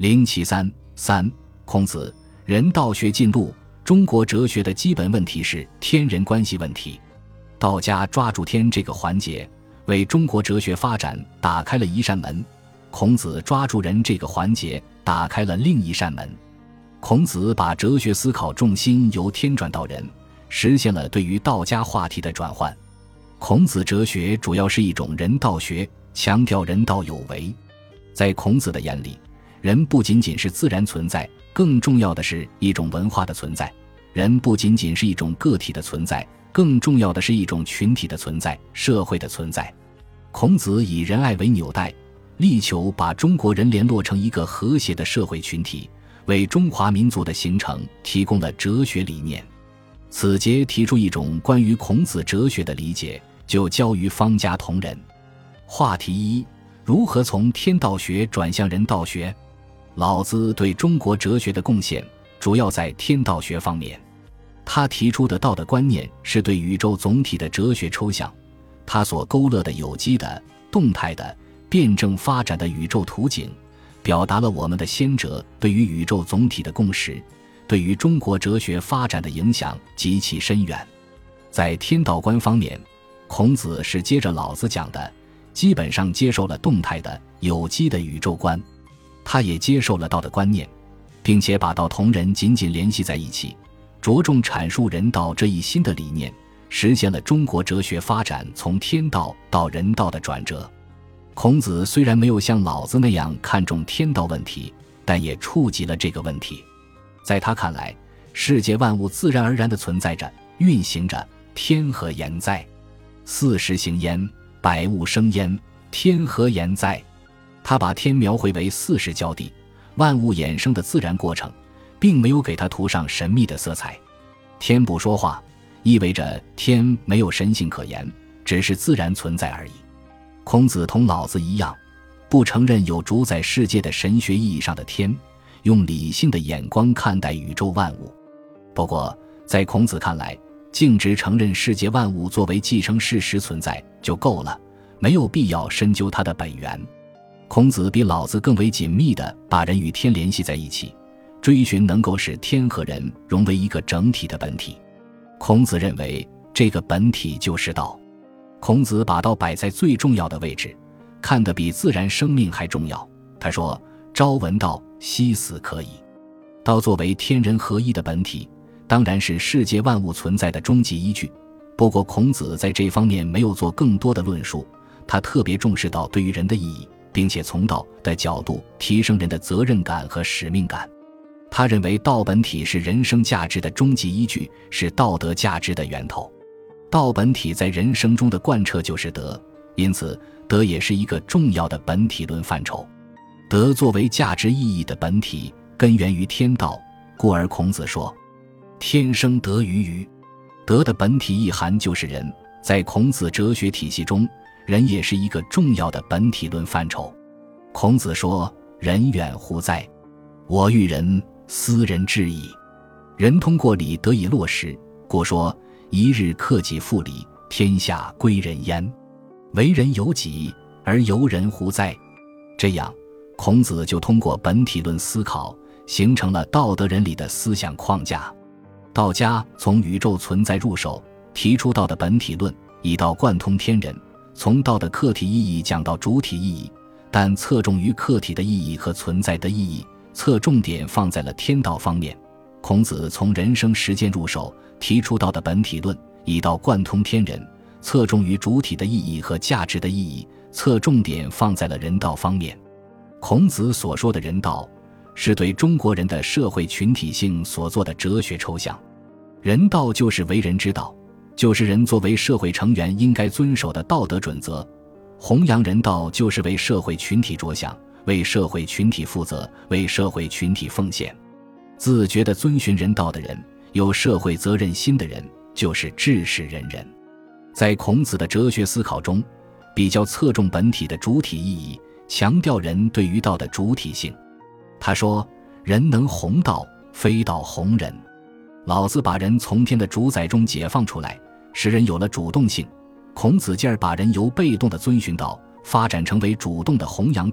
073-3孔子，人道学进路。中国哲学的基本问题是天人关系问题。道家抓住天这个环节，为中国哲学发展打开了一扇门；孔子抓住人这个环节，打开了另一扇门。孔子把哲学思考重心由天转到人，实现了对于道家话题的转换。孔子哲学主要是一种人道学，强调人道有为。在孔子的眼里，人不仅仅是自然存在，更重要的是一种文化的存在；人不仅仅是一种个体的存在，更重要的是一种群体的存在，社会的存在。孔子以仁爱为纽带，力求把中国人联络成一个和谐的社会群体，为中华民族的形成提供了哲学理念。此节提出一种关于孔子哲学的理解，就交于方家同仁。话题一：如何从天道学转向人道学？老子对中国哲学的贡献主要在天道学方面。他提出的道的观念是对宇宙总体的哲学抽象，他所勾勒的有机的、动态的、辩证发展的宇宙图景，表达了我们的先哲对于宇宙总体的共识，对于中国哲学发展的影响极其深远。在天道观方面，孔子是接着老子讲的，基本上接受了动态的、有机的宇宙观。他也接受了道的观念，并且把道同人紧紧联系在一起，着重阐述人道这一新的理念，实现了中国哲学发展从天道到人道的转折。孔子虽然没有像老子那样看重天道问题，但也触及了这个问题。在他看来，世界万物自然而然地存在着、运行着，天何言哉？四时行焉，百物生焉，天何言哉？他把天描绘为四时交地，万物衍生的自然过程，并没有给它涂上神秘的色彩。天不说话，意味着天没有神性可言，只是自然存在而已。孔子同老子一样，不承认有主宰世界的神学意义上的天，用理性的眼光看待宇宙万物。不过在孔子看来，径直承认世界万物作为既成事实存在就够了，没有必要深究它的本源。孔子比老子更为紧密地把人与天联系在一起，追寻能够使天和人融为一个整体的本体。孔子认为这个本体就是道。孔子把道摆在最重要的位置，看得比自然生命还重要。他说：朝闻道，夕死可矣。道作为天人合一的本体，当然是世界万物存在的终极依据。不过孔子在这方面没有做更多的论述，他特别重视道对于人的意义，并且从道的角度提升人的责任感和使命感。他认为道本体是人生价值的终极依据，是道德价值的源头。道本体在人生中的贯彻就是德，因此德也是一个重要的本体论范畴。德作为价值意义的本体，根源于天道，故而孔子说：天生德于予。德的本体意涵就是人，在孔子哲学体系中，人也是一个重要的本体论范畴。孔子说：人远乎哉？我欲人，斯人至矣。人通过礼得以落实，故说一日克己复礼，天下归仁焉。为人由己，而由人乎哉？这样，孔子就通过本体论思考，形成了道德伦理的思想框架。道家从宇宙存在入手，提出道的本体论，以道贯通天人，从道的客体意义讲到主体意义，但侧重于客体的意义和存在的意义，侧重点放在了天道方面。孔子从人生实践入手，提出道的本体论，以道贯通天人，侧重于主体的意义和价值的意义，侧重点放在了人道方面。孔子所说的人道，是对中国人的社会群体性所做的哲学抽象。人道就是为人之道，就是人作为社会成员应该遵守的道德准则。弘扬人道就是为社会群体着想，为社会群体负责，为社会群体奉献。自觉地遵循人道的人，有社会责任心的人，就是治世仁人。在孔子的哲学思考中，比较侧重本体的主体意义，强调人对于道的主体性。他说：人能弘道，非道弘人。老子把人从天的主宰中解放出来，使人有了主动性。孔子进而把人由被动的遵循道发展成为主动的弘扬道，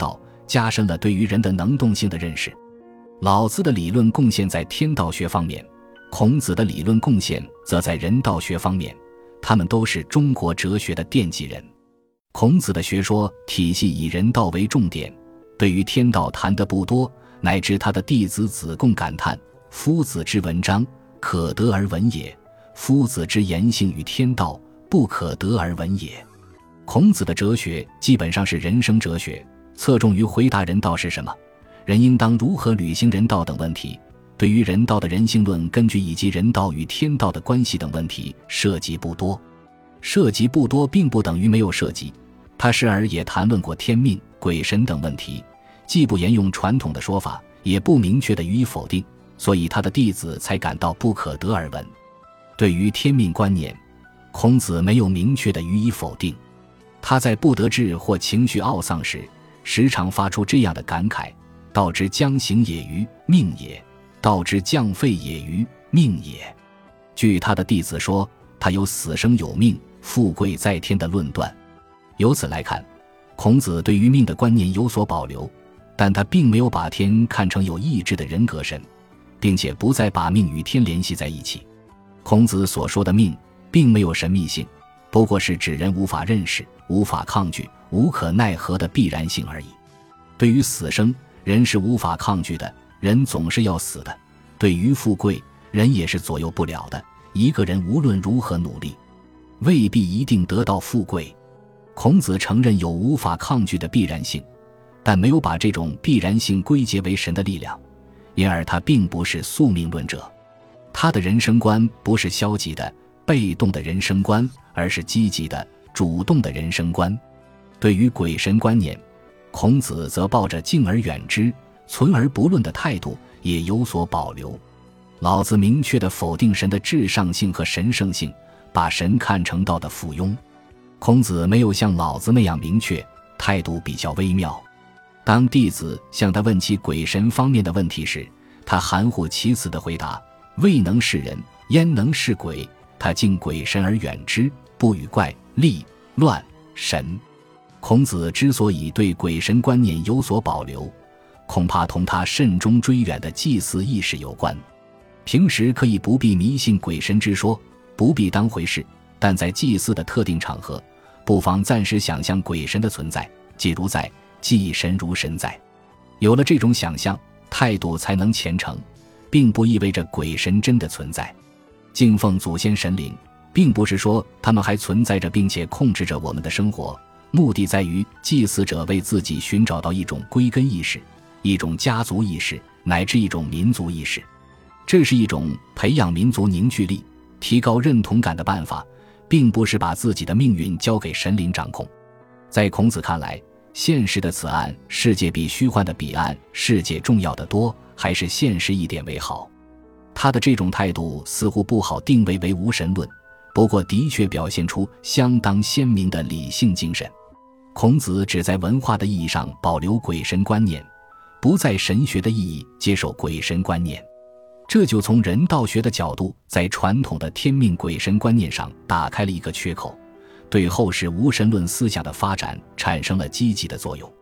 加深了对于人的能动性的认识。老子的理论贡献在天道学方面，孔子的理论贡献则在人道学方面，他们都是中国哲学的奠基人。孔子的学说体系以人道为重点，对于天道谈得不多，乃至他的弟子子贡感叹：夫子之文章，可得而闻也；夫子之言行与天道，不可得而闻也。孔子的哲学基本上是人生哲学，侧重于回答人道是什么，人应当如何履行人道等问题。对于人道的人性论根据以及人道与天道的关系等问题涉及不多。涉及不多并不等于没有涉及，他时而也谈论过天命、鬼神等问题，既不沿用传统的说法，也不明确地予以否定，所以他的弟子才感到不可得而闻。对于天命观念，孔子没有明确地予以否定，他在不得志或情绪懊丧时，时常发出这样的感慨：道之将行也于命也，道之将废也于命也。据他的弟子说，他有死生有命、富贵在天的论断。由此来看，孔子对于命的观念有所保留，但他并没有把天看成有意志的人格神，并且不再把命与天联系在一起。孔子所说的命并没有神秘性，不过是指人无法认识、无法抗拒、无可奈何的必然性而已。对于死生，人是无法抗拒的，人总是要死的；对于富贵，人也是左右不了的，一个人无论如何努力，未必一定得到富贵。孔子承认有无法抗拒的必然性，但没有把这种必然性归结为神的力量，因而他并不是宿命论者。他的人生观不是消极的、被动的人生观，而是积极的、主动的人生观。对于鬼神观念，孔子则抱着敬而远之、存而不论的态度，也有所保留。老子明确地否定神的至上性和神圣性，把神看成道的附庸。孔子没有像老子那样明确，态度比较微妙。当弟子向他问起鬼神方面的问题时，他含糊其辞地回答：未能视人，焉能视鬼？他敬鬼神而远之，不与怪、力、乱、神。孔子之所以对鬼神观念有所保留，恐怕同他慎终追远的祭祀意识有关。平时可以不必迷信鬼神之说，不必当回事，但在祭祀的特定场合，不妨暂时想象鬼神的存在，即如在，祭神如神在。有了这种想象，态度才能虔诚，并不意味着鬼神真的存在。敬奉祖先神灵，并不是说他们还存在着并且控制着我们的生活，目的在于祭祀者为自己寻找到一种归根意识，一种家族意识，乃至一种民族意识。这是一种培养民族凝聚力、提高认同感的办法，并不是把自己的命运交给神灵掌控。在孔子看来，现实的此岸世界比虚幻的彼岸世界重要得多，还是现实一点为好。他的这种态度似乎不好定位为无神论，不过的确表现出相当鲜明的理性精神。孔子只在文化的意义上保留鬼神观念，不在神学的意义接受鬼神观念，这就从人道学的角度在传统的天命鬼神观念上打开了一个缺口，对后世无神论思想的发展产生了积极的作用。